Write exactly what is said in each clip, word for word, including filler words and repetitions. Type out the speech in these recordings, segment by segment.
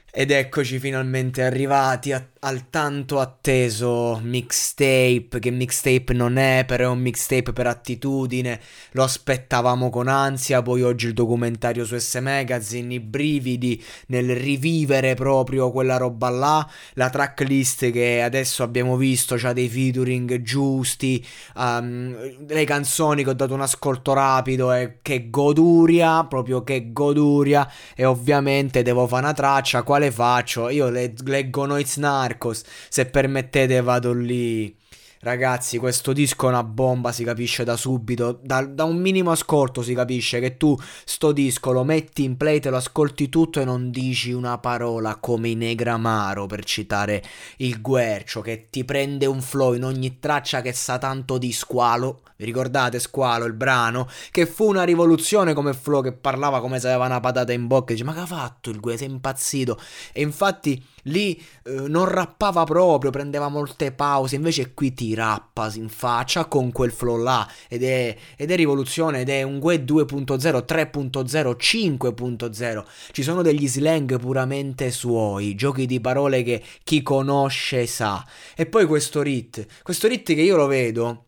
Ed eccoci finalmente arrivati a- al tanto atteso mixtape, che mixtape non è, però è un mixtape per attitudine, lo aspettavamo con ansia, poi oggi il documentario su S Magazine, i brividi nel rivivere proprio quella roba là, la tracklist che adesso abbiamo visto, c'ha dei featuring giusti, um, le canzoni che ho dato un ascolto rapido e che goduria, proprio che goduria. E ovviamente devo fare una traccia. Quale faccio? Io le- leggo Noiz Narcos. Se permettete vado lì. Ragazzi, questo disco è una bomba, si capisce da subito. Da, da un minimo ascolto si capisce che tu sto disco lo metti in play, te lo ascolti tutto e non dici una parola, come i Negramaro, per citare il Guercio, che ti prende un flow in ogni traccia che sa tanto di Squalo. Vi ricordate Squalo, il brano? Che fu una rivoluzione come flow, che parlava come se aveva una patata in bocca e dice: ma che ha fatto il Gue? Sei impazzito? E infatti lì eh, non rappava proprio, prendeva molte pause, invece qui ti rappa in faccia con quel flow là, ed è, ed è rivoluzione, ed è un Gue due punto zero, tre punto zero, cinque punto zero. Ci sono degli slang puramente suoi, giochi di parole che chi conosce sa. E poi questo rit, questo rit che io lo vedo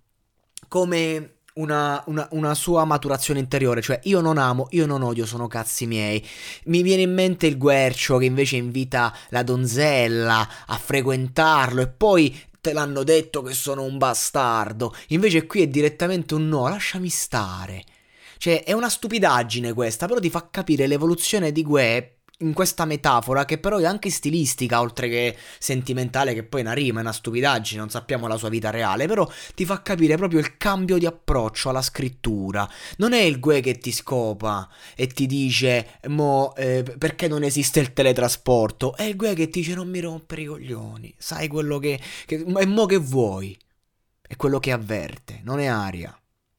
come una, una- una sua maturazione interiore, cioè io non amo, io non odio, sono cazzi miei. Mi viene in mente il Guercio che invece invita la donzella a frequentarlo e poi te l'hanno detto che sono un bastardo. Invece qui è direttamente un no, lasciami stare. Cioè, è una stupidaggine questa, però ti fa capire l'evoluzione di Gue in questa metafora, che però è anche stilistica, oltre che sentimentale, che poi è una rima, è una stupidaggine, non sappiamo la sua vita reale, però ti fa capire proprio il cambio di approccio alla scrittura. Non è il Gue che ti scopa e ti dice, mo, eh, perché non esiste il teletrasporto? È il Gue che ti dice, non mi rompere i coglioni, sai quello che... che e mo che vuoi? È quello che avverte, non è aria.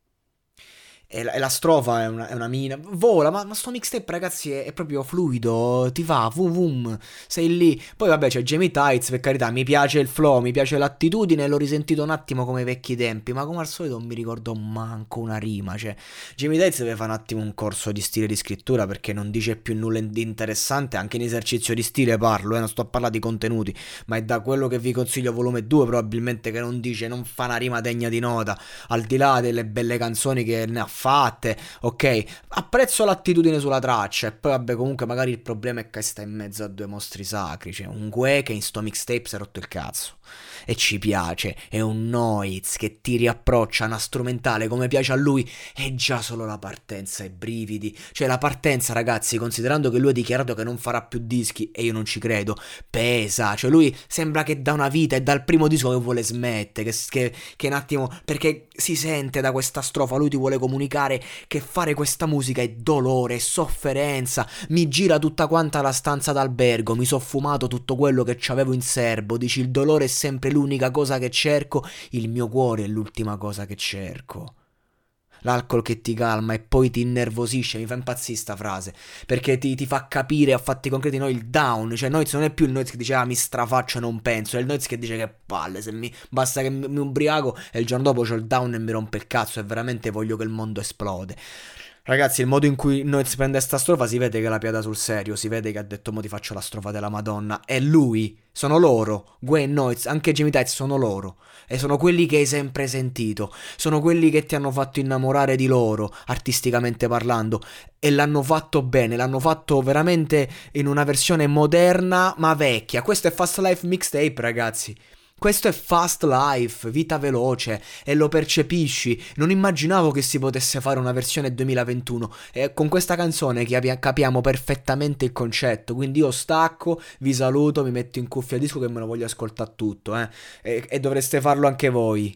E la, e la strofa è una, è una mina. Vola, ma, ma sto mixtape, ragazzi, è, è proprio fluido. Ti va, vum vum. Sei lì. Poi, vabbè, c'è Jamie Tights, per carità. Mi piace il flow, mi piace l'attitudine. L'ho risentito un attimo come ai vecchi tempi. Ma come al solito non mi ricordo manco una rima. Cioè, Jamie Tights deve fare un attimo un corso di stile di scrittura, perché non dice più nulla di interessante. Anche in esercizio di stile parlo, eh. Non sto a parlare di contenuti. Ma è da quello che vi consiglio, volume due, probabilmente, che non dice, non fa una rima degna di nota. Al di là delle belle canzoni che ne ha fatte, ok, apprezzo l'attitudine sulla traccia. E poi vabbè, comunque magari il problema è che sta in mezzo a due mostri sacri. C'è un Gue che in sto mixtape si è rotto il cazzo e ci piace, è un Noiz che ti riapproccia una strumentale come piace a lui. E già solo la partenza e brividi. Cioè la partenza, ragazzi, considerando che lui ha dichiarato che non farà più dischi, e io non ci credo, pesa. Cioè lui sembra che da una vita, è dal primo disco che vuole smette, che, che, che un attimo, perché si sente da questa strofa, lui ti vuole comunicare che fare questa musica è dolore, è sofferenza. Mi gira tutta quanta la stanza d'albergo, mi so fumato tutto quello che c'avevo in serbo. Dici, il dolore è sempre l'unica cosa che cerco, il mio cuore è l'ultima cosa che cerco. L'alcol che ti calma e poi ti innervosisce, mi fa impazzire sta frase, perché ti, ti fa capire a fatti concreti, no, il down. Cioè Noiz non è più il Noiz che diceva ah, mi strafaccio e non penso, è il Noiz che dice che palle, se mi basta che mi, mi ubriaco e il giorno dopo c'ho il down e mi rompe il cazzo e veramente voglio che il mondo esplode. Ragazzi, il modo in cui Noiz prende sta strofa si vede che la piada sul serio, si vede che ha detto mo ti faccio la strofa della Madonna. È lui, sono loro, Gue e Noiz, anche Jimmy Tights sono loro. E sono quelli che hai sempre sentito, sono quelli che ti hanno fatto innamorare di loro, artisticamente parlando. E l'hanno fatto bene, l'hanno fatto veramente in una versione moderna ma vecchia. Questo è Fast Life Mixtape, ragazzi. Questo è Fast Life, vita veloce, e lo percepisci. Non immaginavo che si potesse fare una versione duemilaventuno e con questa canzone capiamo perfettamente il concetto. Quindi io stacco, vi saluto, mi metto in cuffia disco che me lo voglio ascoltare tutto, eh. E, e dovreste farlo anche voi.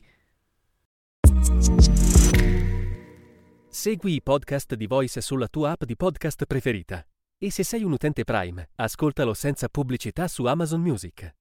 Segui i podcast di Voice sulla tua app di podcast preferita. E se sei un utente Prime, ascoltalo senza pubblicità su Amazon Music.